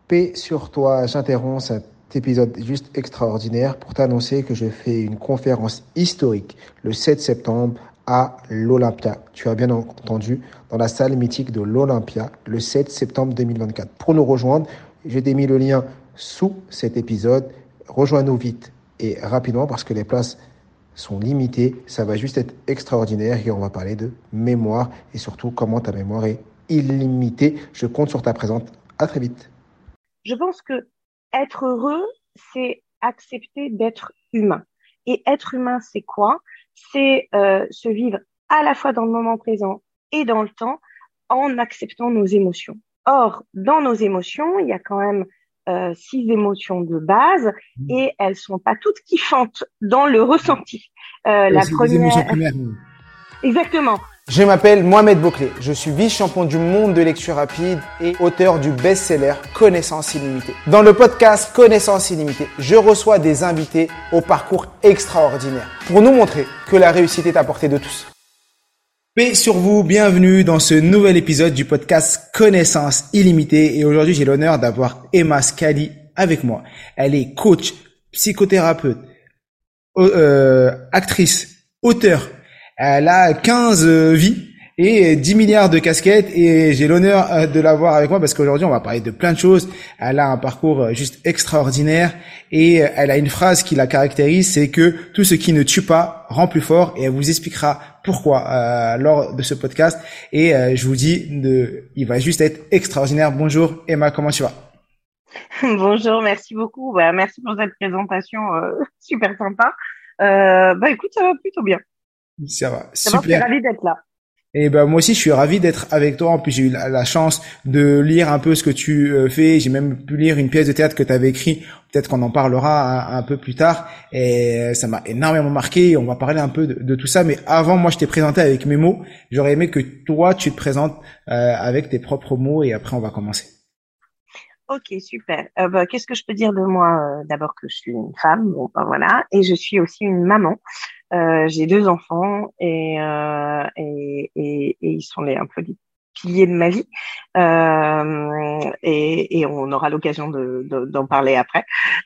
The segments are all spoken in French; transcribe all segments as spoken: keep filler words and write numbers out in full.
Paix sur toi, j'interromps cet épisode juste extraordinaire pour t'annoncer que je fais une conférence historique le sept septembre à l'Olympia. Tu as bien entendu, dans la salle mythique de l'Olympia, le sept septembre deux mille vingt-quatre. Pour nous rejoindre, j'ai mis le lien sous cet épisode. Rejoins-nous vite et rapidement parce que les places sont limitées. Ça va juste être extraordinaire et on va parler de mémoire et surtout comment ta mémoire est illimitée. Je compte sur ta présence. À très vite. Je pense que être heureux, c'est accepter d'être humain. Et être humain, c'est quoi? C'est euh, se vivre à la fois dans le moment présent et dans le temps en acceptant nos émotions. Or, dans nos émotions, il y a quand même euh, six émotions de base et elles sont pas toutes kiffantes dans le ressenti. Euh, la C'est des émotions première, primaires. exactement. Je m'appelle Mohamed Bouclé, je suis vice-champion du monde de lecture rapide et auteur du best-seller Connaissance illimitée. Dans le podcast Connaissance illimitée, je reçois des invités au parcours extraordinaire pour nous montrer que la réussite est à portée de tous. Paix sur vous, bienvenue dans ce nouvel épisode du podcast Connaissance illimitée et aujourd'hui j'ai l'honneur d'avoir Emma Scali avec moi. Elle est coach, psychothérapeute, euh, actrice, auteure. Elle a quinze euh, vies et dix milliards de casquettes et j'ai l'honneur euh, de l'avoir avec moi parce qu'aujourd'hui on va parler de plein de choses. Elle a un parcours euh, juste extraordinaire et euh, elle a une phrase qui la caractérise, c'est que tout ce qui ne tue pas rend plus fort et elle vous expliquera pourquoi euh, lors de ce podcast et euh, je vous dis, de, il va juste être extraordinaire. Bonjour Emma, comment tu vas? Bonjour, merci beaucoup. Bah, merci pour cette présentation euh, super sympa. Euh, bah écoute, ça va plutôt bien. Ça va, D'abord, je suis super. ravie d'être là. Et ben moi aussi je suis ravi d'être avec toi. En plus j'ai eu la, la chance de lire un peu ce que tu euh, fais. J'ai même pu lire une pièce de théâtre que tu avais écrit. Peut-être qu'on en parlera un, un peu plus tard. Et ça m'a énormément marqué. On va parler un peu de, de tout ça. Mais avant, moi je t'ai présenté avec mes mots. J'aurais aimé que toi tu te présentes euh, avec tes propres mots et après on va commencer. Ok, super. Euh, bah, qu'est-ce que je peux dire de moi? Euh, D'abord que je suis une femme, bon, bah, voilà, et je suis aussi une maman. Euh, j'ai deux enfants et, euh, et, et, et ils sont les un peu les piliers de ma vie. Euh, et, et on aura l'occasion de, de- d'en parler après.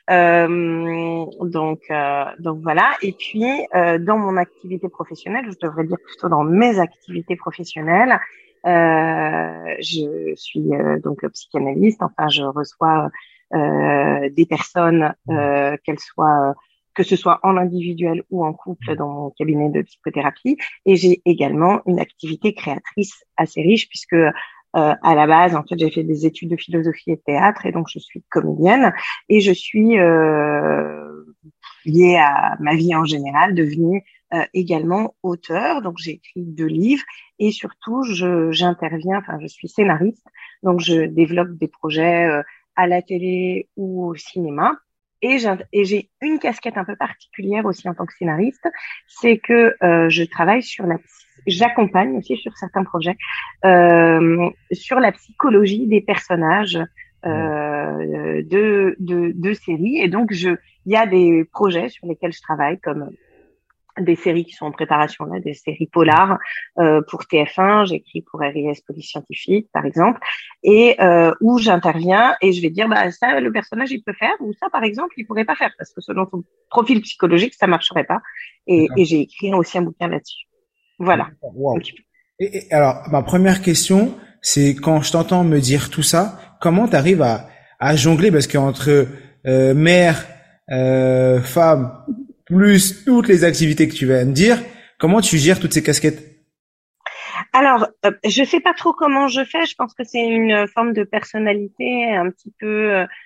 Euh, donc, euh, donc voilà. Et puis, euh, dans mon activité professionnelle, je devrais dire plutôt dans mes activités professionnelles, euh, je suis euh, donc psychanalyste. Enfin, je reçois euh, des personnes, euh, qu'elles soient que ce soit en individuel ou en couple dans mon cabinet de psychothérapie. Et j'ai également une activité créatrice assez riche puisque euh, à la base, en fait, j'ai fait des études de philosophie et de théâtre et donc je suis comédienne et je suis euh, liée à ma vie en général, devenue euh, également auteur. Donc j'ai écrit deux livres et surtout je j'interviens, enfin je suis scénariste, donc je développe des projets euh, à la télé ou au cinéma. Et j'ai, et j'ai une casquette un peu particulière aussi en tant que scénariste, c'est que euh, je travaille sur la, j'accompagne aussi sur certains projets euh, sur la psychologie des personnages euh, de, de de séries. Et donc je, il y a des projets sur lesquels je travaille comme des séries qui sont en préparation là, des séries polars euh, pour T F un, j'écris pour R I S Police Scientifique par exemple, et euh, où j'interviens et je vais dire bah ça le personnage il peut faire ou ça par exemple il pourrait pas faire parce que selon son profil psychologique ça marcherait pas et, et j'ai écrit aussi un bouquin là-dessus. Voilà. Un Wow. petit peu. Et, et alors ma première question, c'est quand je t'entends me dire tout ça, comment tu arrives à, à jongler parce qu'entre euh, mère, euh, femme, plus toutes les activités que tu vas me dire, comment tu gères toutes ces casquettes? Alors, euh, je sais pas trop comment je fais. Je pense que c'est une forme de personnalité un petit peu euh,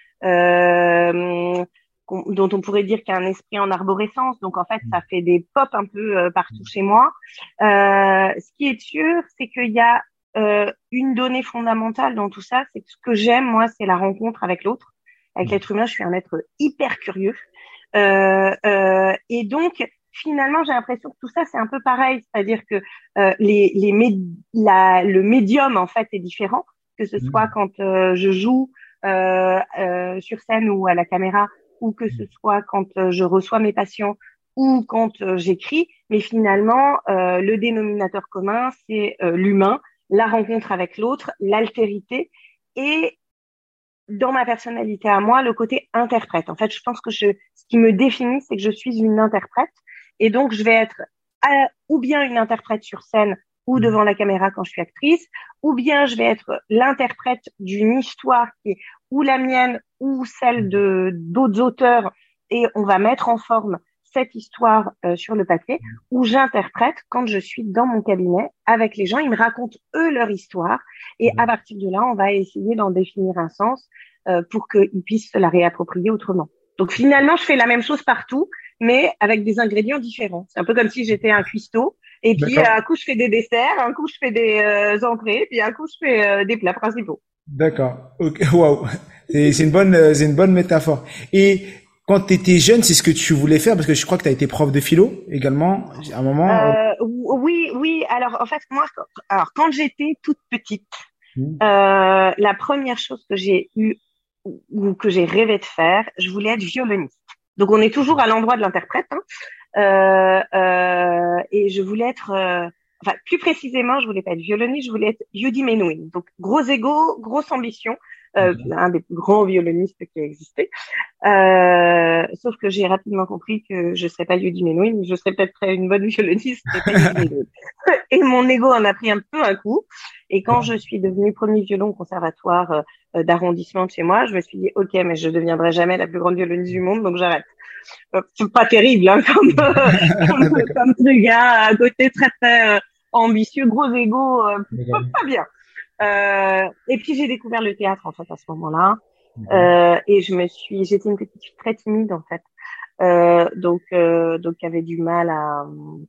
euh, qu'on- dont on pourrait dire qu'il y a un esprit en arborescence. Donc, en fait, ça fait des pop un peu euh, partout chez moi. Euh, ce qui est sûr, c'est qu'il y a euh, une donnée fondamentale dans tout ça. C'est que ce que j'aime, moi, c'est la rencontre avec l'autre. Avec l'être humain, je suis un être hyper curieux. Euh, euh, et donc, finalement, j'ai l'impression que tout ça, c'est un peu pareil. C'est-à-dire que euh, les, les mé- la, le médium, en fait, est différent, que ce soit quand euh, je joue euh, euh, sur scène ou à la caméra, ou que ce soit quand euh, je reçois mes patients ou quand euh, j'écris. Mais finalement, euh, le dénominateur commun, c'est euh, l'humain, la rencontre avec l'autre, l'altérité. Et dans ma personnalité à moi, le côté interprète. En fait, je pense que je, ce qui me définit, c'est que je suis une interprète. Et donc, je vais être à, ou bien une interprète sur scène ou devant la caméra quand je suis actrice, ou bien je vais être l'interprète d'une histoire qui est ou la mienne ou celle de d'autres auteurs, et on va mettre en forme cette histoire euh, sur le papier, où j'interprète quand je suis dans mon cabinet avec les gens. Ils me racontent eux leur histoire, et à partir de là, on va essayer d'en définir un sens euh, pour qu'ils puissent se la réapproprier autrement. Donc finalement, je fais la même chose partout, mais avec des ingrédients différents. C'est un peu comme si j'étais un cuistot, et puis D'accord. un coup je fais des desserts, un coup je fais des euh, entrées, puis un coup je fais euh, des plats principaux. D'accord. Ok. Waouh. C'est, c'est une bonne, euh, c'est une bonne métaphore. Et quand tu étais jeune, c'est ce que tu voulais faire parce que je crois que tu as été prof de philo également à un moment. euh, Euh, oui, oui. Alors en fait, moi, alors quand j'étais toute petite, hmm, euh, la première chose que j'ai eu ou que j'ai rêvé de faire, je voulais être violoniste. Donc on est toujours à l'endroit de l'interprète, hein. Euh, euh, et je voulais être, euh, enfin plus précisément, je voulais pas être violoniste, je voulais être Yudi Menuhin. Donc gros ego, grosse ambition, euh, un des plus grands violonistes qui a existé. Euh, sauf que j'ai rapidement compris que je serais pas Yudi Menuhin, je serais peut-être une bonne violoniste, mais pas Yudi Menuhin. Et mon ego en a pris un peu un coup. Et quand je suis devenue premier violon au conservatoire euh, d'arrondissement de chez moi, je me suis dit, ok, mais je deviendrai jamais la plus grande violoniste du monde, donc j'arrête. Euh, c'est pas terrible, hein, comme, euh, comme, D'accord. comme truc, hein, à côté très très euh, ambitieux, gros ego, euh, pas, D'accord. pas bien. Euh, et puis j'ai découvert le théâtre en fait à ce moment-là. D'accord. Euh, et je me suis, j'étais une petite fille très timide en fait, euh, donc euh, donc qui avait du mal à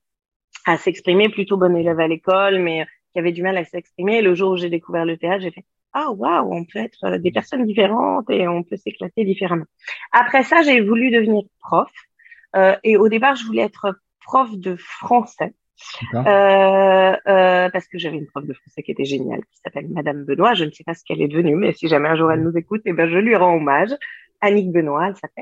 à s'exprimer, plutôt bonne élève à l'école, mais qui avait du mal à s'exprimer. Et le jour où j'ai découvert le théâtre, j'ai fait ah waouh, on peut être des personnes différentes et on peut s'éclater différemment. Après ça, j'ai voulu devenir prof, euh, et au départ, je voulais être prof de français. D'accord. Euh, euh, parce que j'avais une prof de français qui était géniale, qui s'appelle Madame Benoît. Je ne sais pas ce qu'elle est devenue, mais si jamais un jour elle nous écoute, eh ben je lui rends hommage. Annick Benoît, elle s'appelle.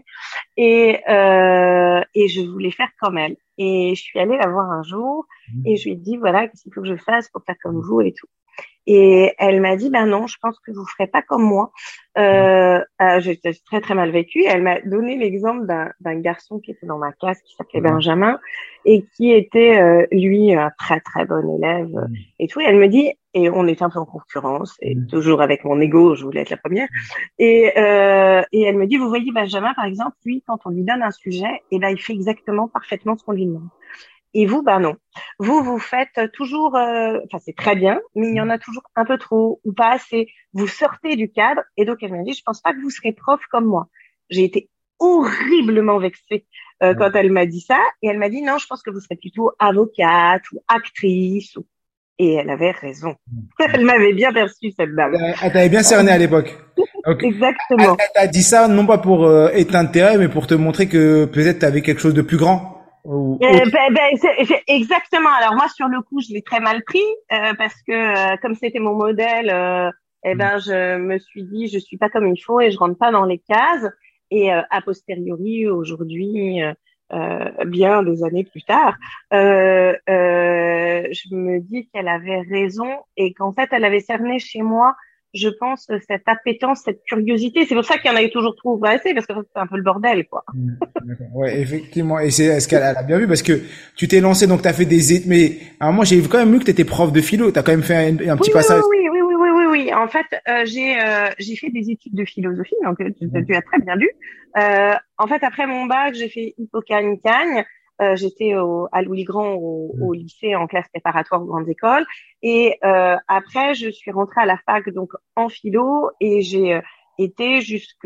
Et euh, et je voulais faire comme elle. Et je suis allée la voir un jour et je lui ai dit voilà qu'est-ce qu'il faut que je fasse pour faire comme vous et tout. Et elle m'a dit, ben non, je pense que vous ferez pas comme moi. Euh, euh, j'ai très très mal vécu. Elle m'a donné l'exemple d'un, d'un garçon qui était dans ma classe, qui s'appelait D'accord. Benjamin, et qui était, euh, lui, un très très bon élève euh, et tout. Et elle me dit, et on était un peu en concurrence, et toujours avec mon ego, je voulais être la première. Et, euh, et elle me dit, vous voyez, Benjamin, par exemple, lui, quand on lui donne un sujet, et ben, il fait exactement parfaitement ce qu'on lui demande. Et vous, ben non. Vous, vous faites toujours, euh, enfin c'est très bien, mais il y en a toujours un peu trop ou pas assez. Vous sortez du cadre. Et donc elle m'a dit, je pense pas que vous serez prof comme moi. J'ai été horriblement vexée euh, quand elle m'a dit ça. Et elle m'a dit, non, je pense que vous serez plutôt avocate ou actrice. Ou... Et elle avait raison. Elle m'avait bien perçue, cette dame. Elle t'avait bien cerné à l'époque. Donc, elle, Exactement. elle t'a dit ça non pas pour euh, éteindre tes rêves, mais pour te montrer que peut-être tu avais quelque chose de plus grand ou Euh, autre. ben, ben, c'est, c'est exactement. Alors moi, sur le coup, je l'ai très mal pris euh, parce que euh, comme c'était mon modèle, euh, eh ben, je me suis dit, je suis pas comme il faut et je rentre pas dans les cases. Et euh, a posteriori, aujourd'hui, euh, euh, bien des années plus tard, euh, euh, je me dis qu'elle avait raison et qu'en fait, elle avait cerné chez moi, je pense, cette appétence, cette curiosité. C'est pour ça qu'il y en avait toujours trop pas assez parce que c'est un peu le bordel, quoi. Mm, d'accord. Ouais, effectivement. Et c'est ce qu'elle elle a bien vu parce que tu t'es lancé, donc tu as fait des études. Mais à un moment, j'ai quand même lu que tu étais prof de philo. Tu as quand même fait un, un Oui, petit oui, passage. oui, oui, oui, oui, oui, oui. En fait, euh, j'ai euh, j'ai fait des études de philosophie, donc euh, tu, tu as très bien lu. Euh, en fait, après mon bac, j'ai fait Hippocagne-Cagne. Euh, j'étais au, à Louis-le-Grand au, au lycée en classe préparatoire aux grandes écoles. Et euh, après, je suis rentrée à la fac donc en philo et j'ai euh, été jusque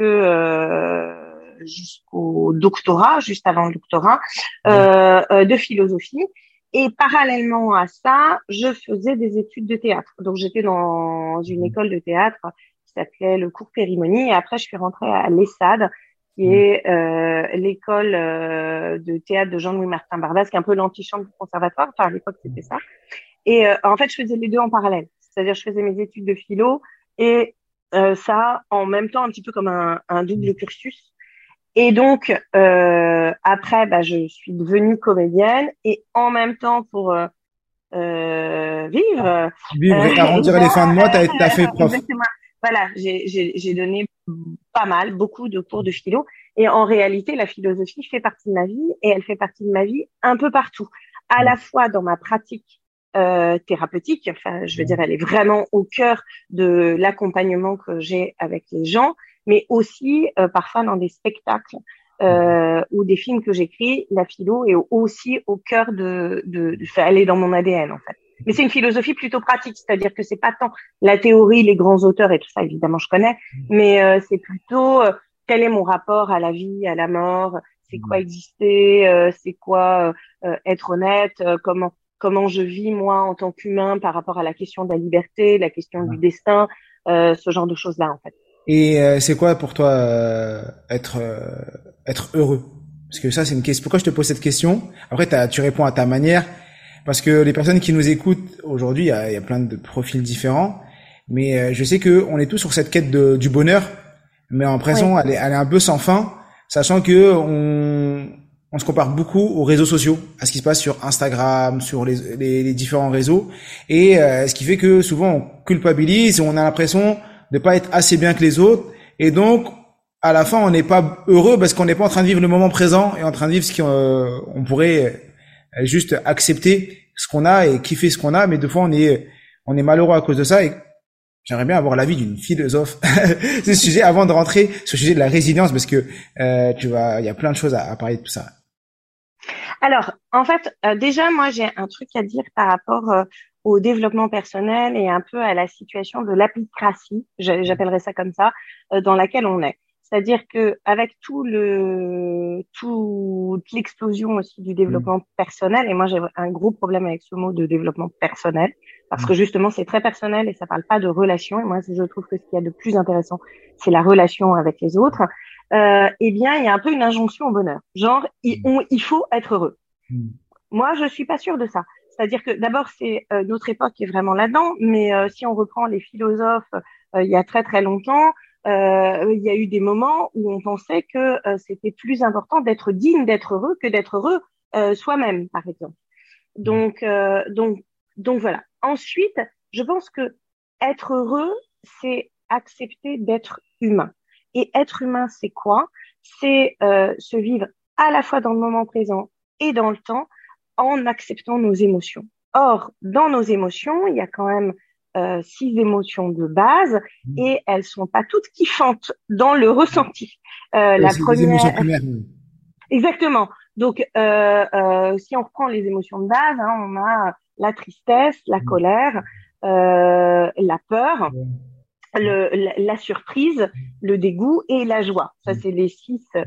euh, jusqu'au doctorat, juste avant le doctorat, euh, euh, de philosophie. Et parallèlement à ça, je faisais des études de théâtre. Donc, j'étais dans une école de théâtre qui s'appelait le cours Périmonie. Et après, je suis rentrée à l'ESSAD, qui est euh, l'école euh, de théâtre de Jean-Louis Martin Bardas, qui est un peu l'antichambre du conservatoire. Enfin, à l'époque, c'était ça. Et euh, en fait, je faisais les deux en parallèle. C'est-à-dire, je faisais mes études de philo et euh, ça en même temps, un petit peu comme un, un double cursus. Et donc, euh, après, bah, je suis devenue comédienne et en même temps, pour euh, euh, vivre, Vivre euh, et et arrondir ben, les fins de mois, tu as, euh, fait prof. exactement. voilà, j'ai, j'ai, j'ai donné pas mal, beaucoup de cours de philo. Et en réalité, la philosophie fait partie de ma vie et elle fait partie de ma vie un peu partout. À la fois dans ma pratique euh, thérapeutique, enfin, je veux dire, elle est vraiment au cœur de l'accompagnement que j'ai avec les gens, mais aussi euh, parfois dans des spectacles euh, ou des films que j'écris. La philo est aussi au cœur de, de, de, elle est dans mon A D N en fait. Mais c'est une philosophie plutôt pratique, c'est-à-dire que c'est pas tant la théorie, les grands auteurs et tout ça, évidemment, je connais, mais euh, c'est plutôt euh, quel est mon rapport à la vie, à la mort, c'est quoi exister, euh, c'est quoi euh, être honnête, euh, comment comment je vis moi en tant qu'humain par rapport à la question de la liberté, la question du destin, euh, ce genre de choses-là en fait. Et euh, c'est quoi pour toi euh, être euh, être heureux? Parce que ça, c'est une question. Pourquoi je te pose cette question? Après, t'as, tu réponds à ta manière. Parce que les personnes qui nous écoutent aujourd'hui, il y a, il y a plein de profils différents. Mais euh, je sais que on est tous sur cette quête de, du bonheur. Mais en présent, Oui. elle est, elle est un peu sans fin, sachant que on, on se compare beaucoup aux réseaux sociaux, à ce qui se passe sur Instagram, sur les, les, les différents réseaux. Et euh, ce qui fait que souvent, on culpabilise, on a l'impression de pas être assez bien que les autres. Et donc, à la fin, on n'est pas heureux parce qu'on n'est pas en train de vivre le moment présent et en train de vivre ce qu'on euh, on pourrait juste accepter ce qu'on a et kiffer ce qu'on a, mais deux fois on est on est malheureux à cause de ça. Et j'aimerais bien avoir l'avis d'une philosophe ce sujet avant de rentrer sur le sujet de la résilience, parce que euh, tu vois, il y a plein de choses à, à parler de tout ça. Alors, en fait, euh, déjà, moi, j'ai un truc à dire par rapport euh, au développement personnel et un peu à la situation de l'apicratie, j'a- j'appellerais ça comme ça, euh, dans laquelle on est. C'est-à-dire que avec tout le toute l'explosion aussi du Mmh. développement personnel, et moi j'ai un gros problème avec ce mot de développement personnel, parce que justement c'est très personnel et ça parle pas de relation. Et moi je trouve que ce qu'il y a de plus intéressant, c'est la relation avec les autres. Euh, eh bien, il y a un peu une injonction au bonheur. Genre, il, on- il faut être heureux. Mmh. Moi, je suis pas sûre de ça. C'est-à-dire que d'abord, c'est euh, notre époque qui est vraiment là-dedans, mais euh, si on reprend les philosophes euh, il y a très très longtemps, euh, il y a eu des moments où on pensait que euh, c'était plus important d'être digne d'être heureux que d'être heureux euh, soi-même, par exemple. Donc, euh, donc, donc voilà. Ensuite, je pense que être heureux, c'est accepter d'être humain. Et être humain, c'est quoi? C'est euh, se vivre à la fois dans le moment présent et dans le temps en acceptant nos émotions. Or, dans nos émotions, il y a quand même euh, six émotions de base et elles sont pas toutes kiffantes dans le ressenti. Euh, Ouais, la c'est des émotions première, primaires. exactement. Donc, euh, euh, si on reprend les émotions de base, hein, on a la tristesse, la colère, euh, la peur, le, la, la surprise, le dégoût et la joie. Ça, c'est les six euh,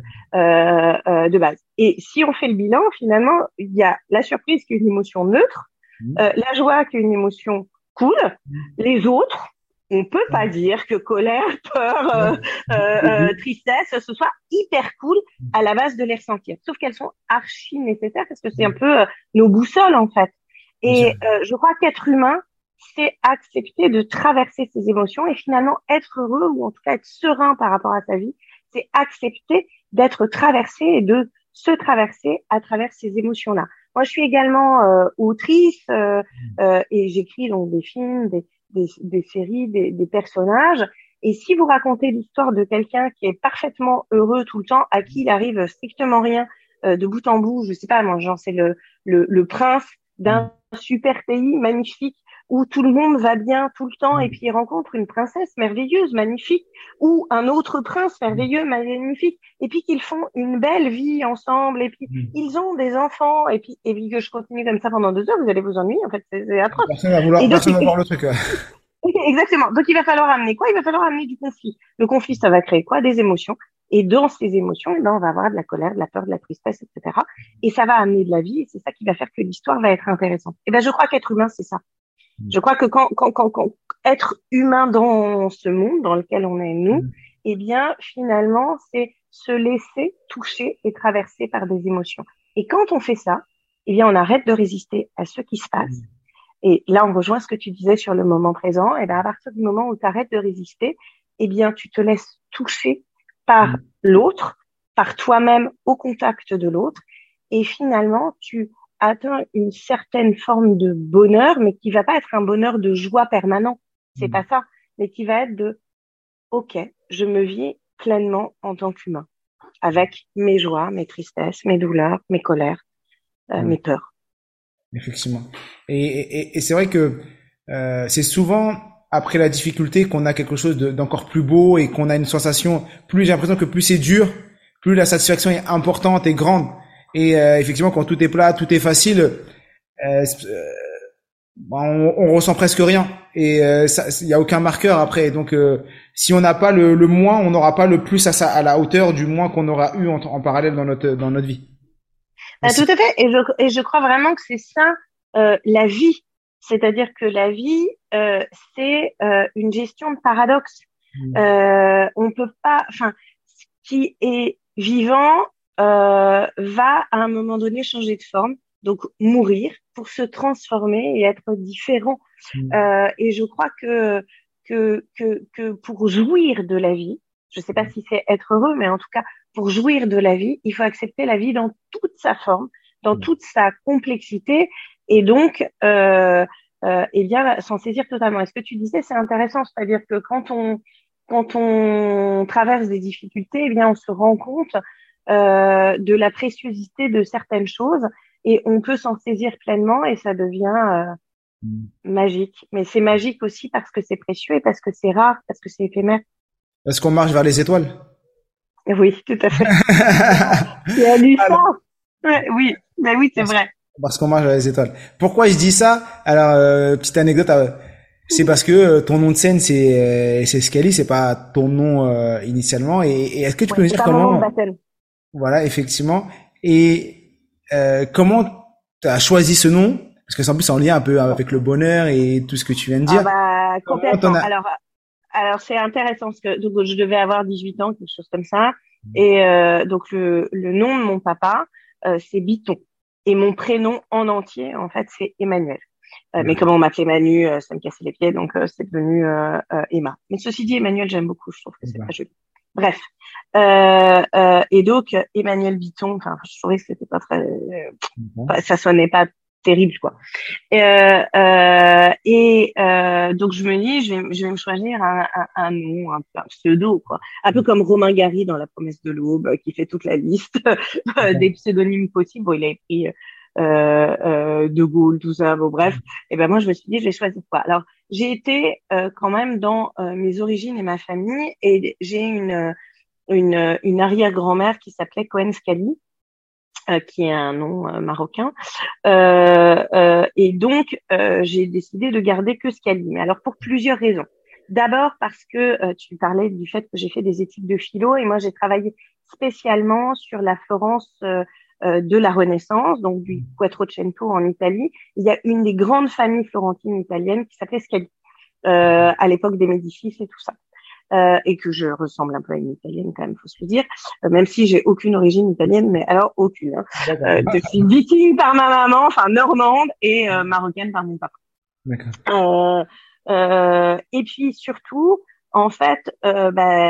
euh, de base. Et si on fait le bilan, finalement, il y a la surprise qui est une émotion neutre, euh, la joie qui est une émotion cool, les autres, on peut pas dire que colère, peur, euh, euh, euh, tristesse, ce soit hyper cool à la base de les ressentir. Sauf qu'elles sont archi nécessaires parce que c'est un peu euh, nos boussoles en fait. Bien sûr. Et euh, je crois qu'être humain, c'est accepter de traverser ses émotions et finalement être heureux ou en tout cas être serein par rapport à sa vie. C'est accepter d'être traversé et de se traverser à travers ces émotions-là. Moi, je suis également euh, autrice euh, euh, et j'écris donc des films, des, des, des séries, des, des personnages. Et si vous racontez l'histoire de quelqu'un qui est parfaitement heureux tout le temps, à qui il arrive strictement rien euh, de bout en bout, je sais pas, moi, genre c'est le, le, le prince d'un super pays magnifique où tout le monde va bien tout le temps et puis il rencontre une princesse merveilleuse, magnifique, ou un autre prince merveilleux, magnifique, et puis qu'ils font une belle vie ensemble, et puis ils ont des enfants, et puis, et puis que je continue comme ça pendant deux heures, vous allez vous ennuyer, en fait, c'est c'est atroce. Personne va vouloir, Et donc, personne va voir le truc. Ouais. exactement. Donc, il va falloir amener quoi? Il va falloir amener du conflit. Le conflit, ça va créer quoi? Des émotions. Et dans ces émotions, eh ben, on va avoir de la colère, de la peur, de la tristesse, et cetera. Et ça va amener de la vie, et c'est ça qui va faire que l'histoire va être intéressante. Et ben, je crois qu'être humain, c'est ça. Je crois que quand, quand, quand, quand être humain dans ce monde dans lequel on est nous, eh bien, finalement, c'est se laisser toucher et traverser par des émotions. Et quand on fait ça, eh bien, on arrête de résister à ce qui se passe. Et là, on rejoint ce que tu disais sur le moment présent. Et bien, à partir du moment où tu arrêtes de résister, eh bien, tu te laisses toucher par l'autre, par toi-même au contact de l'autre. Et finalement, tu atteins une certaine forme de bonheur, mais qui va pas être un bonheur de joie permanent. C'est pas ça. Mais qui va être de ok, je me vis pleinement en tant qu'humain, avec mes joies, mes tristesses, mes douleurs, mes colères, euh, Ouais, mes peurs. effectivement. Et, et, et c'est vrai que euh, c'est souvent après la difficulté qu'on a quelque chose de- d'encore plus beau et qu'on a une sensation. Plus j'ai l'impression que plus c'est dur, plus la satisfaction est importante et grande. Et euh, effectivement, quand tout est plat, tout est facile, euh, c'est- euh, on, on ressent presque rien. Et euh, ça, il y a aucun marqueur après. Donc, euh, si on n'a pas le, le moins, on n'aura pas le plus à, sa, à la hauteur du moins qu'on aura eu en, en parallèle dans notre dans notre vie. Et Ah, tout c'est- à fait. Et je, et je crois vraiment que c'est ça, euh, la vie. C'est-à-dire que la vie, euh, c'est euh, une gestion de paradoxes. Euh, on peut pas, enfin, ce qui est vivant euh, va à un moment donné changer de forme, donc mourir pour se transformer et être différent. Euh, et je crois que, que, que, que pour jouir de la vie, je ne sais pas si c'est être heureux, mais en tout cas, pour jouir de la vie, il faut accepter la vie dans toute sa forme, dans toute sa complexité, et donc, euh, euh, eh bien, s'en saisir totalement. Et ce que tu disais, c'est intéressant, c'est-à-dire que quand on, quand on traverse des difficultés, eh bien, on se rend compte euh, de la préciosité de certaines choses, et on peut s'en saisir pleinement, et ça devient euh, magique. Mais c'est magique aussi parce que c'est précieux et parce que c'est rare, parce que c'est éphémère. Parce qu'on marche vers les étoiles. Oui, tout à fait. Tu as lu ça? Alors, Ouais, oui, ben oui, c'est parce, vrai. parce qu'on marche vers les étoiles. Pourquoi je dis ça? Alors, euh, petite anecdote. euh, c'est parce que euh, ton nom de scène c'est euh, c'est Scully, c'est pas ton nom euh, initialement. Et, et est-ce que tu Ouais, peux me c'est dire pas mon nom de comment? baptême. Voilà, effectivement. Et euh, comment tu as choisi ce nom? Parce que c'est en plus c'est en lien un peu avec le bonheur et tout ce que tu viens de Ah dire. bah Comment t'en complètement. as? Alors, alors c'est intéressant parce que donc je devais avoir dix-huit ans, quelque chose comme ça. Et euh, donc le, le nom de mon papa, euh, c'est Biton. Et mon prénom en entier, en fait, c'est Emmanuel. Euh, mais comme on m'appelait Manu, euh, ça me cassait les pieds, donc euh, c'est devenu euh, euh, Emma. Mais ceci dit, Emmanuel, j'aime beaucoup, je trouve que c'est très joli. Bref. Euh, euh, et donc, Emmanuel Biton, enfin, je trouvais que c'était pas très... euh, ça sonnait pas terrible, quoi. Euh, euh, et euh, donc je me dis, je vais, je vais me choisir un, un, un nom, un, un pseudo, quoi. Un peu comme Romain Gary dans La Promesse de l'Aube, qui fait toute la liste des pseudonymes possibles. Bon, il a pris euh, euh, De Gaulle, tout ça. Bon, bref. Et ben moi, je me suis dit, je vais choisir quoi. Alors, j'ai été euh, quand même dans euh, mes origines et ma famille, et j'ai une une, une arrière-grand-mère qui s'appelait Cohen-Scali, euh, qui est un nom euh, marocain. Euh, euh, et donc, euh, j'ai décidé de garder que Scali. Mais alors, pour plusieurs raisons. D'abord parce que euh, tu parlais du fait que j'ai fait des études de philo et moi, j'ai travaillé spécialement sur la Florence euh, euh, de la Renaissance, donc du Quattrocento en Italie. Il y a une des grandes familles florentines italiennes qui s'appelait Scali, euh, à l'époque des Médicis et tout ça. Euh, et que je ressemble un peu à une italienne quand même, faut se le dire, euh, même si j'ai aucune origine italienne, mais alors aucune. Hein. Euh, je suis viking par ma maman, enfin normande, et euh, marocaine par mon papa. Euh, euh, et puis surtout, en fait, euh,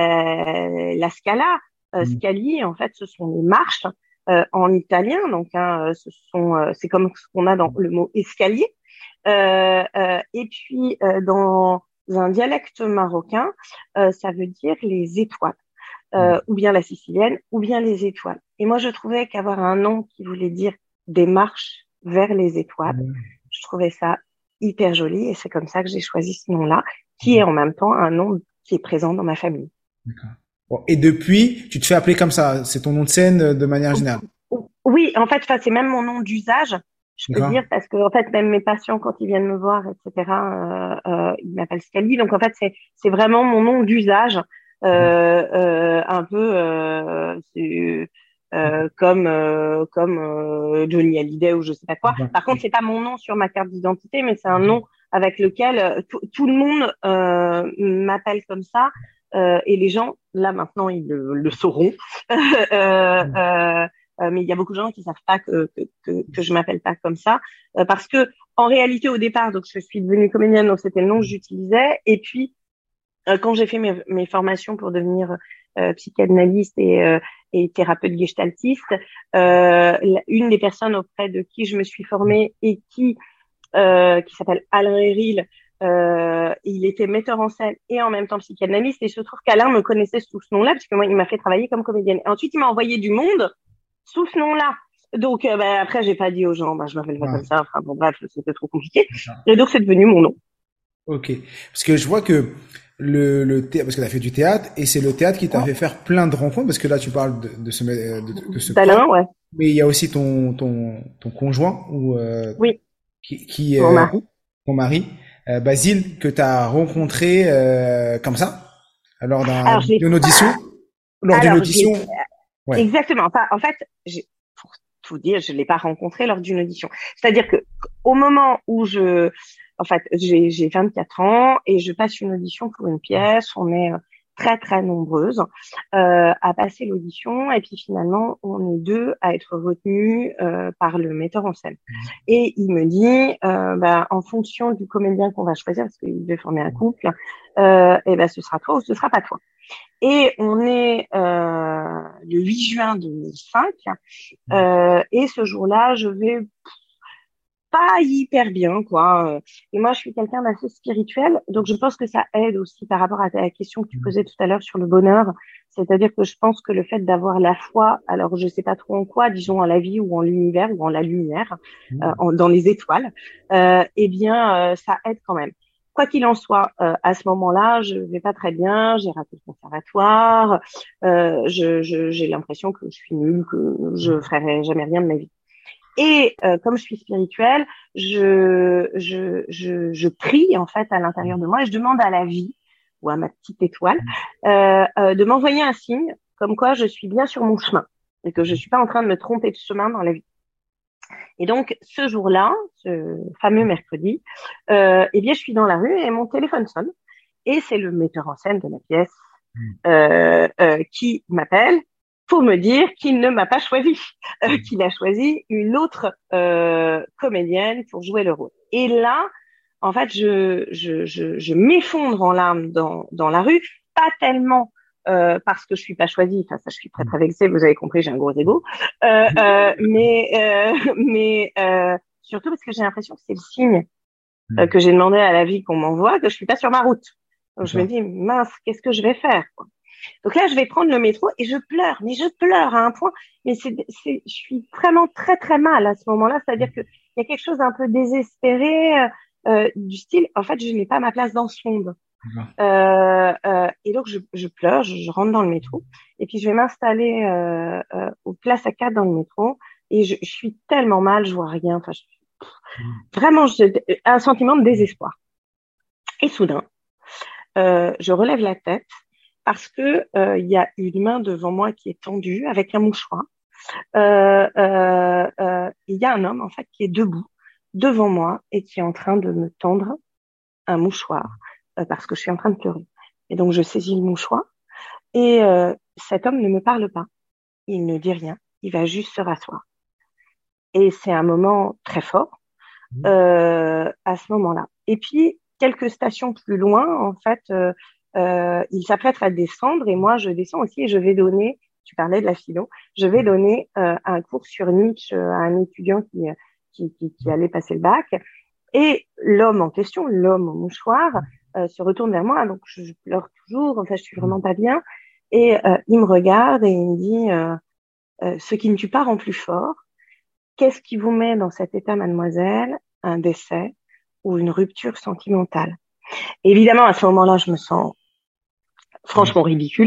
bah, la Scala, euh, Scali, en fait, ce sont les marches euh, en italien, donc hein, ce sont, euh, c'est comme ce qu'on a dans le mot escalier. Euh, euh, et puis euh, dans un dialecte marocain, euh, ça veut dire les étoiles, euh, ou bien la sicilienne, ou bien les étoiles. Et moi, je trouvais qu'avoir un nom qui voulait dire des marches vers les étoiles, je trouvais ça hyper joli, et c'est comme ça que j'ai choisi ce nom-là, qui est en même temps un nom qui est présent dans ma famille. Bon, et depuis, tu te fais appeler comme ça, c'est ton nom de scène de manière générale. Oui, en fait, c'est même mon nom d'usage. Je peux dire parce que en fait même mes patients quand ils viennent me voir et cetera euh, euh, ils m'appellent Scali, donc en fait c'est c'est vraiment mon nom d'usage, euh, euh, un peu euh, c'est, euh, comme euh, comme euh, Johnny Hallyday ou je sais pas quoi. Par contre c'est pas mon nom sur ma carte d'identité, mais c'est un nom avec lequel euh, tout, tout le monde euh, m'appelle comme ça, euh, et les gens là maintenant ils le, le sauront. euh, euh, Euh, mais il y a beaucoup de gens qui savent pas que que, que, que je m'appelle pas comme ça, euh, parce que en réalité au départ, donc je suis devenue comédienne, donc c'était le nom que j'utilisais. Et puis euh, quand j'ai fait mes, mes formations pour devenir euh, psychanalyste et, euh, et thérapeute gestaltiste, euh, une des personnes auprès de qui je me suis formée et qui euh, qui s'appelle Alain Héril, Euh, il était metteur en scène et en même temps psychanalyste. Et il se trouve qu'Alain me connaissait sous ce nom-là, parce que moi, il m'a fait travailler comme comédienne. Et ensuite, il m'a envoyé du monde sous ce nom-là. Donc, euh, bah, après, j'ai pas dit aux gens, bah, je m'appelle pas Ouais. comme ça. Enfin, bon, bref, c'était trop compliqué. D'accord. Et donc, c'est devenu mon nom. Ok. Parce que je vois que le, le thé- parce que tu as fait du théâtre et c'est le théâtre qui t'a fait faire plein de rencontres parce que là tu parles de, de ce, de, de ce prof, D'Alain, ouais. mais il y a aussi ton, ton, ton conjoint ou, euh, Oui, qui, qui mon euh, mari. ton mari, euh, Basile, que tu as rencontré, euh, comme ça, lors d'un, Alors, je l'ai, d'une audition, lors d'une alors, je audition. l'ai, Ouais. exactement. Enfin, en fait, j'ai, pour tout dire, je l'ai pas rencontré lors d'une audition. C'est-à-dire que, au moment où je, en fait, j'ai, j'ai vingt-quatre ans et je passe une audition pour une pièce. On est euh, très, très nombreuses euh, à passer l'audition et puis finalement, on est deux à être retenus euh, par le metteur en scène. Et il me dit, euh, bah, en fonction du comédien qu'on va choisir, parce qu'il devait former un couple, euh, et ben, ce sera toi ou ce sera pas toi. Et on est euh, le huit juin deux mille cinq euh, et ce jour-là, je vais pas hyper bien, quoi. Et moi, je suis quelqu'un d'assez spirituel, donc je pense que ça aide aussi par rapport à la question que tu posais tout à l'heure sur le bonheur. C'est-à-dire que je pense que le fait d'avoir la foi, alors je sais pas trop en quoi, disons en la vie ou en l'univers ou en la lumière, euh, en, dans les étoiles, euh, eh bien, euh, ça aide quand même. Quoi qu'il en soit, euh, à ce moment-là, je vais pas très bien, j'ai raté le conservatoire, euh, je, je, j'ai l'impression que je suis nulle, que je ferai jamais rien de ma vie. Et euh, comme je suis spirituelle, je, je, je, je prie en fait à l'intérieur de moi et je demande à la vie ou à ma petite étoile euh, euh, de m'envoyer un signe comme quoi je suis bien sur mon chemin et que je suis pas en train de me tromper de chemin dans la vie. Et donc ce jour-là, ce fameux mercredi, euh, eh bien je suis dans la rue et mon téléphone sonne et c'est le metteur en scène de la pièce euh, euh, qui m'appelle pour me dire qu'il ne m'a pas choisi, euh, qu'il a choisi une autre euh, comédienne pour jouer le rôle. Et là, en fait, je, je, je, je m'effondre en larmes dans, dans la rue, pas tellement euh, parce que je suis pas choisie, enfin ça je suis très très vexée, vous avez compris, j'ai un gros ego, euh, euh, mais euh, mais euh, surtout parce que j'ai l'impression que c'est le signe euh, que j'ai demandé à la vie qu'on m'envoie, que je suis pas sur ma route. Donc je me dis mince, qu'est-ce que je vais faire, quoi. Donc là, je vais prendre le métro et je pleure, mais je pleure à un point. Mais c'est, c'est, je suis vraiment très très mal à ce moment-là. C'est-à-dire que il y a quelque chose d'un peu désespéré euh, euh, du style. En fait, je n'ai pas ma place dans ce monde. Euh, euh, et donc je, je pleure, je, je rentre dans le métro et puis je vais m'installer euh, euh, aux places à quatre dans le métro et je, je suis tellement mal, je vois rien. Enfin, je, vraiment, je, un sentiment de désespoir. Et soudain, euh, je relève la tête parce que euh, il y a une main devant moi qui est tendue avec un mouchoir. Euh, euh, euh, il y a un homme en fait qui est debout devant moi et qui est en train de me tendre un mouchoir euh, parce que je suis en train de pleurer. Et donc je saisis le mouchoir et euh, cet homme ne me parle pas. Il ne dit rien. Il va juste se rasseoir. Et c'est un moment très fort euh, à ce moment-là. Et puis quelques stations plus loin, en fait. Euh, Euh, il s'apprête à descendre et moi je descends aussi et je vais donner, tu parlais de la philo, je vais donner euh, un cours sur Nietzsche à un étudiant qui, qui, qui, qui allait passer le bac et l'homme en question, l'homme au mouchoir, euh, se retourne vers moi, donc je, je pleure toujours, enfin je suis vraiment pas bien et euh, il me regarde et il me dit euh, euh, ce qui ne tue pas rend plus fort, qu'est-ce qui vous met dans cet état, mademoiselle? Un décès ou une rupture sentimentale? Évidemment, à ce moment-là, je me sens franchement ridicule.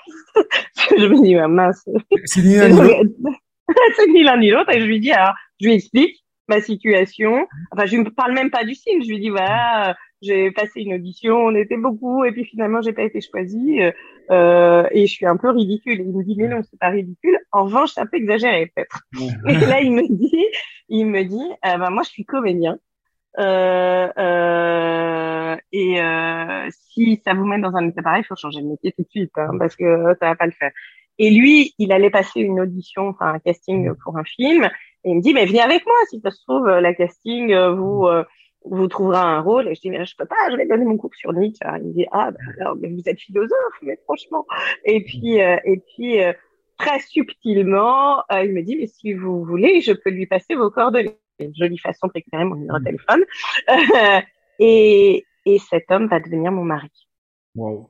Je me dis, bah, mince. C'est ni l'un ni l'autre. C'est ni l'un ni l'autre. Et je lui dis, alors, je lui explique ma situation. Enfin, je ne parle même pas du signe. Je lui dis, voilà, euh, j'ai passé une audition, on était beaucoup, et puis finalement, j'ai pas été choisie, euh, et je suis un peu ridicule. Et il me dit, mais non, c'est pas ridicule. En revanche, c'est un peu exagéré, peut-être. Et là, il me dit, il me dit, euh, bah, moi, je suis comédien. Euh, euh, et euh, si ça vous met dans un état pareil, il faut changer de métier tout de suite, hein, parce que ça va pas le faire. Et lui, il allait passer une audition, enfin un casting pour un film, et il me dit, mais venez avec moi, si ça se trouve, la casting vous euh, vous trouvera un rôle. Et je dis, mais je peux pas, je vais donner mon cours sur Nietzsche. Alors, il me dit, ah, ben, alors, mais vous êtes philosophe, mais franchement. Et puis, euh, et puis euh, très subtilement, euh, il me dit, mais si vous voulez, je peux lui passer vos coordonnées. C'est une jolie façon de récupérer mon numéro de téléphone. Euh, et, et cet homme va devenir mon mari. Wow.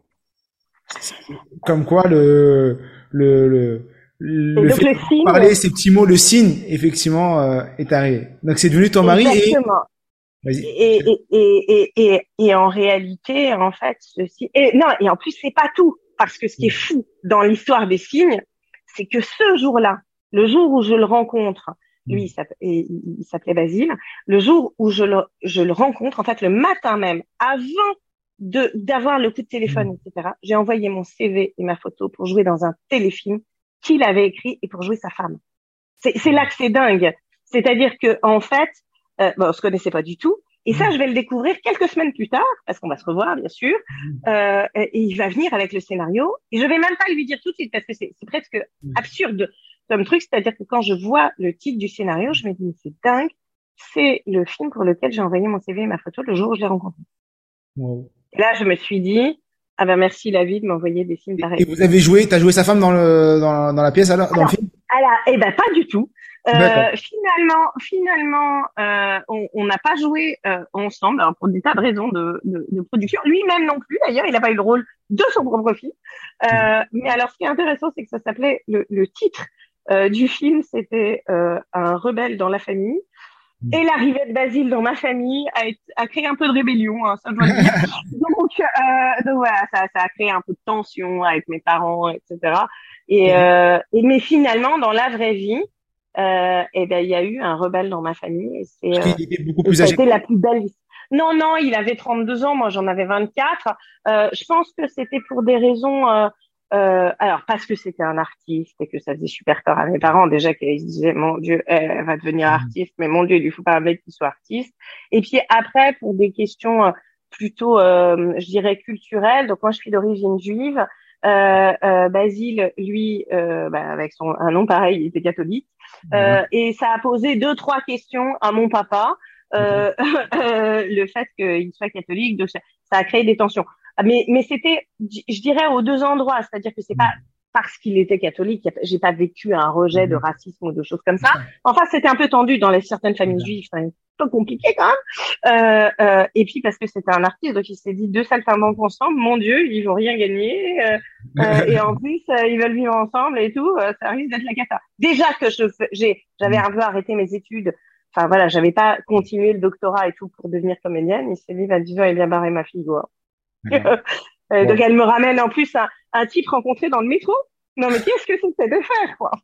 Comme quoi le le le le donc, fait le de signe, parler ces petits mots, le signe effectivement euh, est arrivé. Donc c'est devenu ton mari et exactement. vas-y. Et, et, et, et, et, et en réalité, en fait, ceci, et non, et en plus, c'est pas tout. Parce que ce qui est fou dans l'histoire des signes, c'est que ce jour-là, le jour où je le rencontre, lui, il s'appelait, il s'appelait Basile, le jour où je le, je le rencontre, en fait, le matin même, avant de, d'avoir le coup de téléphone, et cetera, j'ai envoyé mon C V et ma photo pour jouer dans un téléfilm qu'il avait écrit et pour jouer sa femme. C'est, c'est là que c'est dingue. C'est-à-dire que, en fait, euh, bon, on se connaissait pas du tout. Et ça, je vais le découvrir quelques semaines plus tard, parce qu'on va se revoir, bien sûr. Euh, et il va venir avec le scénario. Et je vais même pas lui dire tout de suite, parce que c'est, c'est presque absurde comme truc. C'est-à-dire que quand je vois le titre du scénario, je me dis, mais c'est dingue. C'est le film pour lequel j'ai envoyé mon C V et ma photo le jour où je l'ai rencontré. Wow. Et là, je me suis dit, ah ben merci la vie de m'envoyer des films pareils. Et vous avez joué, t'as joué sa femme dans le dans, dans la pièce alors, dans alors, le film? alors, eh ben pas du tout. Euh, finalement, finalement, euh, on n'a pas joué euh, ensemble, alors pour des tas de raisons de, de, de production. Lui-même non plus, d'ailleurs, il n'a pas eu le rôle de son propre film. Euh, mais alors, ce qui est intéressant, c'est que ça s'appelait le, le titre euh, du film, c'était euh, Un rebelle dans la famille. Et l'arrivée de Basile dans ma famille a, a créé un peu de rébellion, hein, ça je dois le dire. Donc, euh, donc voilà, ça, ça a créé un peu de tension avec mes parents, et cetera. Et, euh, et mais finalement, dans la vraie vie, euh, eh ben il y a eu un rebelle dans ma famille. Et c'est, Parce euh, qu'il était beaucoup plus âgé. c'était la plus belle. Non, non, il avait trente-deux ans, moi j'en avais vingt-quatre. Euh, je pense que c'était pour des raisons. Euh, euh, alors parce que c'était un artiste et que ça faisait super peur à mes parents déjà qu'ils se disaient mon Dieu elle va devenir artiste, mais mon Dieu il lui faut pas un mec qui soit artiste. Et puis après pour des questions euh, plutôt euh, je dirais culturelles, donc moi je suis d'origine juive. Euh, euh, Basile, lui, euh, bah, avec son un nom pareil, il était catholique, euh, et ça a posé deux trois questions à mon papa. Euh, euh, le fait qu'il soit catholique, donc ça, ça a créé des tensions. Mais mais c'était, je dirais, aux deux endroits, c'est-à-dire que c'est pas parce qu'il était catholique, j'ai pas vécu un rejet de racisme ou de choses comme ça. Enfin, c'était un peu tendu dans les certaines familles juives, c'est un peu compliqué quand même. Euh, euh, et puis parce que c'était un artiste, donc il s'est dit deux saltimbanques ensemble, mon Dieu, ils vont rien gagner. Euh, euh, et en plus, euh, ils veulent vivre ensemble et tout, euh, ça risque d'être la cata. Déjà que je j'ai j'avais un peu arrêté mes études. Enfin voilà, j'avais pas continué le doctorat et tout pour devenir comédienne. Il s'est dit, va dix ans et bien barré ma fille, quoi. euh, Ouais. Donc elle me ramène en plus un, un type rencontré dans le métro. Non mais qu'est-ce que c'était de faire, quoi.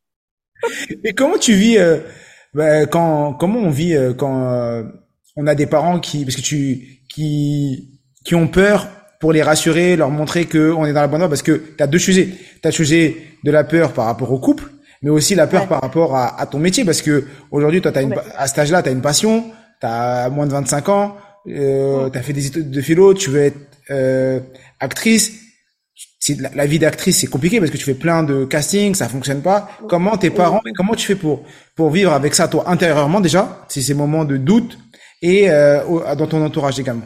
Et comment tu vis euh, bah, quand comment on vit euh, quand euh, on a des parents qui parce que tu qui qui ont peur pour les rassurer, leur montrer que on est dans la bonne voie parce que t'as deux sujets. T'as le sujet de la peur par rapport au couple, mais aussi la peur Ouais. par rapport à, à ton métier parce que aujourd'hui toi t'as une Ouais. à cet âge-là t'as une passion, t'as moins de vingt-cinq ans, euh, Ouais. t'as fait des études de philo, tu veux être euh, actrice. C'est la, la vie d'actrice, c'est compliqué parce que tu fais plein de castings, ça fonctionne pas. Comment tes parents, et comment tu fais pour pour vivre avec ça toi intérieurement déjà, c'est ces moments de doute et euh, au- dans ton entourage également.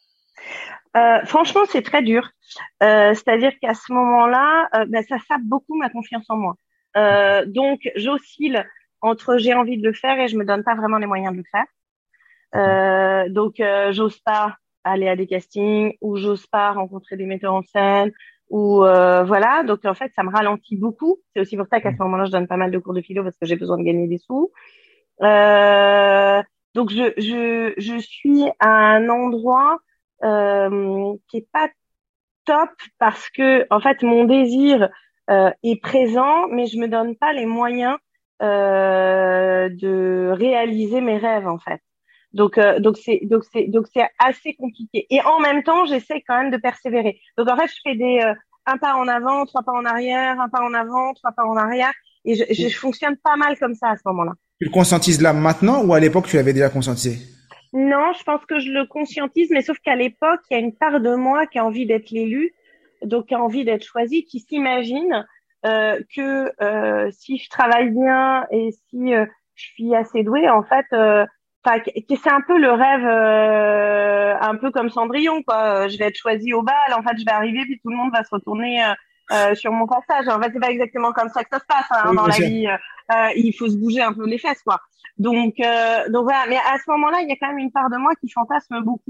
Euh, franchement, c'est très dur. Euh, c'est-à-dire qu'à ce moment-là, euh, ben, ça sape beaucoup ma confiance en moi. Euh, donc, j'oscille entre j'ai envie de le faire et je me donne pas vraiment les moyens de le faire. Euh, donc, euh, j'ose pas aller à des castings ou j'ose pas rencontrer des metteurs en scène ou euh, voilà. Donc, en fait, ça me ralentit beaucoup. C'est aussi pour ça qu'à ce moment-là, je donne pas mal de cours de philo parce que j'ai besoin de gagner des sous. Euh, donc, je, je, je suis à un endroit euh, qui est pas top parce que, en fait, mon désir euh, est présent, mais je me donne pas les moyens euh, de réaliser mes rêves, en fait. Donc, euh, donc c'est, donc c'est, donc c'est assez compliqué. Et en même temps, j'essaie quand même de persévérer. Donc, en fait, je fais des euh, un pas en avant, trois pas en arrière, un pas en avant, trois pas en arrière, et je, je, je fonctionne pas mal comme ça à ce moment-là. Tu le conscientises là maintenant ou à l'époque tu l'avais déjà conscientisé? Non, je pense que je le conscientise, mais sauf qu'à l'époque, il y a une part de moi qui a envie d'être l'élu, donc qui a envie d'être choisi, qui s'imagine euh, que euh, si je travaille bien et si euh, je suis assez douée, en fait, euh, enfin, que que c'est un peu le rêve, euh, un peu comme Cendrillon, quoi. Je vais être choisie au bal, en fait, je vais arriver, puis tout le monde va se retourner euh, euh, sur mon passage. En fait, c'est pas exactement comme ça que ça se passe hein, Oui, dans bien la sûr. vie. Euh, il faut se bouger un peu les fesses, quoi. Donc, euh, donc voilà. Mais à ce moment-là, il y a quand même une part de moi qui fantasme beaucoup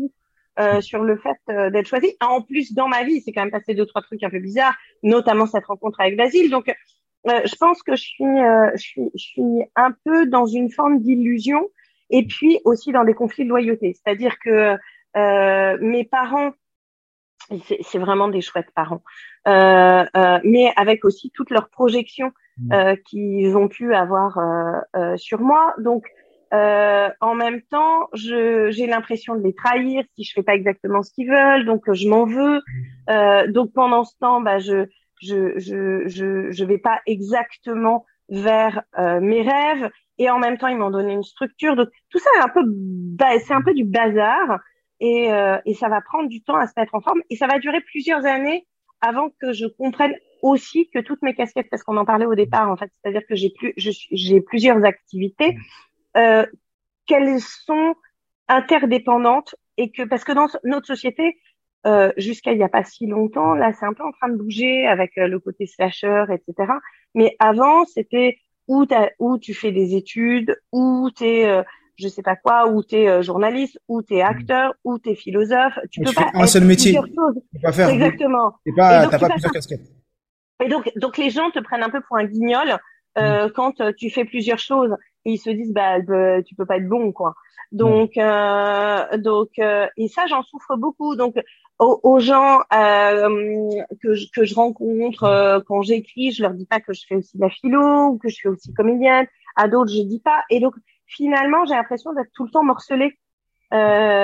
euh, sur le fait euh, d'être choisie. En plus, dans ma vie, c'est quand même passé deux, trois trucs un peu bizarres, notamment cette rencontre avec Basile. Donc, euh, je pense que je suis, euh, je suis, je suis un peu dans une forme d'illusion et puis aussi dans des conflits de loyauté. C'est-à-dire que euh, mes parents, c'est, c'est vraiment des chouettes parents, euh, euh, mais avec aussi toutes leurs projections euh, qu'ils ont pu avoir euh, euh, sur moi. Donc, euh, en même temps, je, j'ai l'impression de les trahir si je fais pas exactement ce qu'ils veulent, donc je m'en veux. Euh, donc pendant ce temps, bah je je je je je vais pas exactement vers euh, mes rêves, et en même temps ils m'ont donné une structure. Donc tout ça est un peu ba- c'est un peu du bazar, et euh, et ça va prendre du temps à se mettre en forme, et ça va durer plusieurs années avant que je comprenne aussi que toutes mes casquettes, parce qu'on en parlait au départ en fait, c'est-à-dire que j'ai plus je suis- j'ai plusieurs activités euh, qu'elles sont interdépendantes, et que parce que dans notre société, euh, jusqu'à il n'y a pas si longtemps, là c'est un peu en train de bouger avec euh, le côté slasher, et cetera. Mais avant c'était où, où tu fais des études, où t'es euh, je sais pas quoi, où t'es euh, journaliste, où t'es acteur, où t'es philosophe. Tu Et peux tu fais pas un être seul métier. plusieurs choses. Tu peux pas faire deux. Exactement. T'es Et pas, donc t'as tu pas peux plusieurs pas. casquettes. Et donc, donc les gens te prennent un peu pour un guignol euh, Mm. quand euh, tu fais plusieurs choses, et ils se disent bah euh, tu peux pas être bon quoi. Ouais. Donc euh, donc euh, et ça j'en souffre beaucoup. Donc aux, aux gens euh, que je, que je rencontre euh, quand j'écris, je leur dis pas que je fais aussi de la philo ou que je suis aussi comédienne. À d'autres je dis pas. Et donc finalement j'ai l'impression d'être tout le temps morcelée. Euh,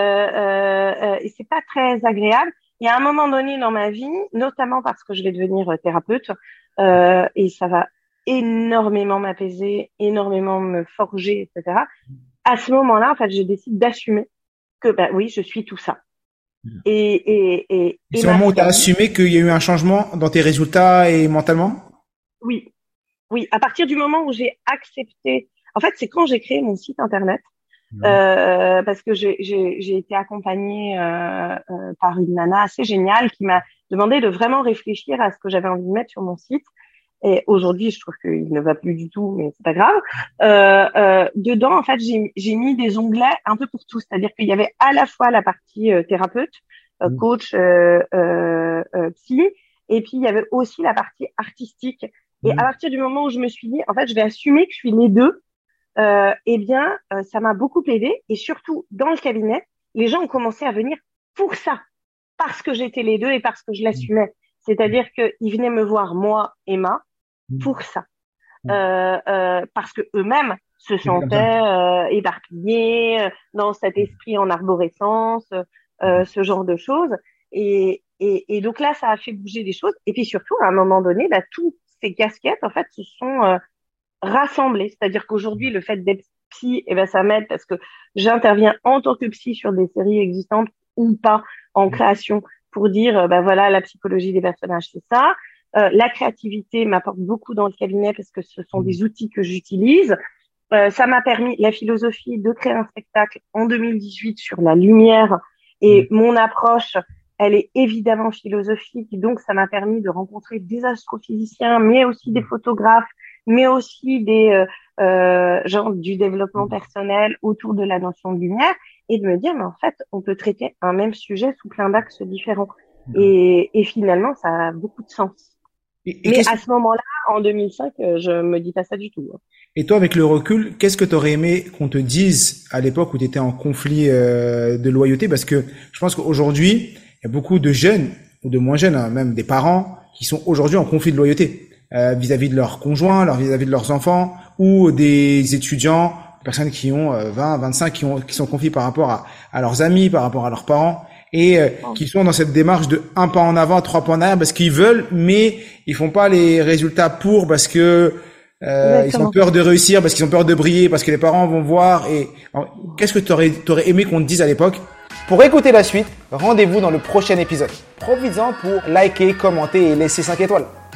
euh, euh, et c'est pas très agréable. Il y a un moment donné dans ma vie, notamment parce que je vais devenir euh, thérapeute, euh, et ça va énormément m'apaiser, énormément me forger, et cetera. À ce moment-là, en fait, je décide d'assumer que, bah oui, je suis tout ça. Et, et, et, Et et c'est au ma moment où tu as famille, assumé qu'il y a eu un changement dans tes résultats et mentalement? oui, oui. À partir du moment où j'ai accepté, en fait, c'est quand j'ai créé mon site internet. Ouais. Euh, parce que j'ai, j'ai, j'ai été accompagnée euh, euh, par une nana assez géniale qui m'a demandé de vraiment réfléchir à ce que j'avais envie de mettre sur mon site. Et aujourd'hui, je trouve qu'il ne va plus du tout, mais c'est pas grave. Euh, euh, dedans, en fait, j'ai, j'ai mis des onglets un peu pour tout. C'est-à-dire qu'il y avait à la fois la partie euh, thérapeute, euh, Mm. coach, euh, euh, euh, psy, et puis il y avait aussi la partie artistique. Et à Mm. partir du moment où je me suis dit, en fait, je vais assumer que je suis les deux, euh, eh bien, euh, ça m'a beaucoup aidé. Et surtout, dans le cabinet, les gens ont commencé à venir pour ça, parce que j'étais les deux et parce que je l'assumais. C'est-à-dire qu'ils venaient me voir, moi, Emma, Mm. pour ça. Mm. Euh, euh, parce que eux-mêmes se C'est comme ça. sentaient euh, éparpillés euh, dans cet esprit en arborescence, euh, ce genre de choses. Et, et, et donc là, ça a fait bouger des choses. Et puis surtout, à un moment donné, bah, toutes ces casquettes, en fait, se sont euh, rassemblées. C'est-à-dire qu'aujourd'hui, le fait d'être psy, eh ben, ça m'aide parce que j'interviens en tant que psy sur des séries existantes ou pas en création pour dire, euh, bah voilà, la psychologie des personnages, c'est ça. Euh, la créativité m'apporte beaucoup dans le cabinet parce que ce sont des outils que j'utilise. Euh, ça m'a permis, la philosophie, de créer un spectacle en deux mille dix-huit sur la lumière, et mon approche, elle est évidemment philosophique. Donc, ça m'a permis de rencontrer des astrophysiciens, mais aussi des photographes, mais aussi des euh, euh, gens du développement personnel autour de la notion de lumière, et de me dire, mais en fait, on peut traiter un même sujet sous plein d'axes différents. Et, et finalement, ça a beaucoup de sens. Et, et, Mais qu'est-ce- à ce moment-là, en deux mille cinq, euh, je me dis pas ça du tout. et toi, avec le recul, qu'est-ce que tu aurais aimé qu'on te dise à l'époque où tu étais en conflit euh, de loyauté? Parce que je pense qu'aujourd'hui, il y a beaucoup de jeunes, ou de moins jeunes, hein, même des parents, qui sont aujourd'hui en conflit de loyauté euh, vis-à-vis de leurs conjoints, leur, vis-à-vis de leurs enfants, ou des étudiants, des personnes qui ont euh, vingt, vingt-cinq, qui, ont, qui sont confiés par rapport à, à leurs amis, par rapport à leurs parents, et euh, qui sont dans cette démarche de un pas en avant, trois pas en arrière, parce qu'ils veulent, mais ils font pas les résultats pour, parce que euh, ils ont peur de réussir, parce qu'ils ont peur de briller, parce que les parents vont voir. Et alors, qu'est-ce que tu aurais, t'aurais aimé qu'on te dise à l'époque? Pour écouter la suite, rendez-vous dans le prochain épisode. Profites-en pour liker, commenter et laisser cinq étoiles.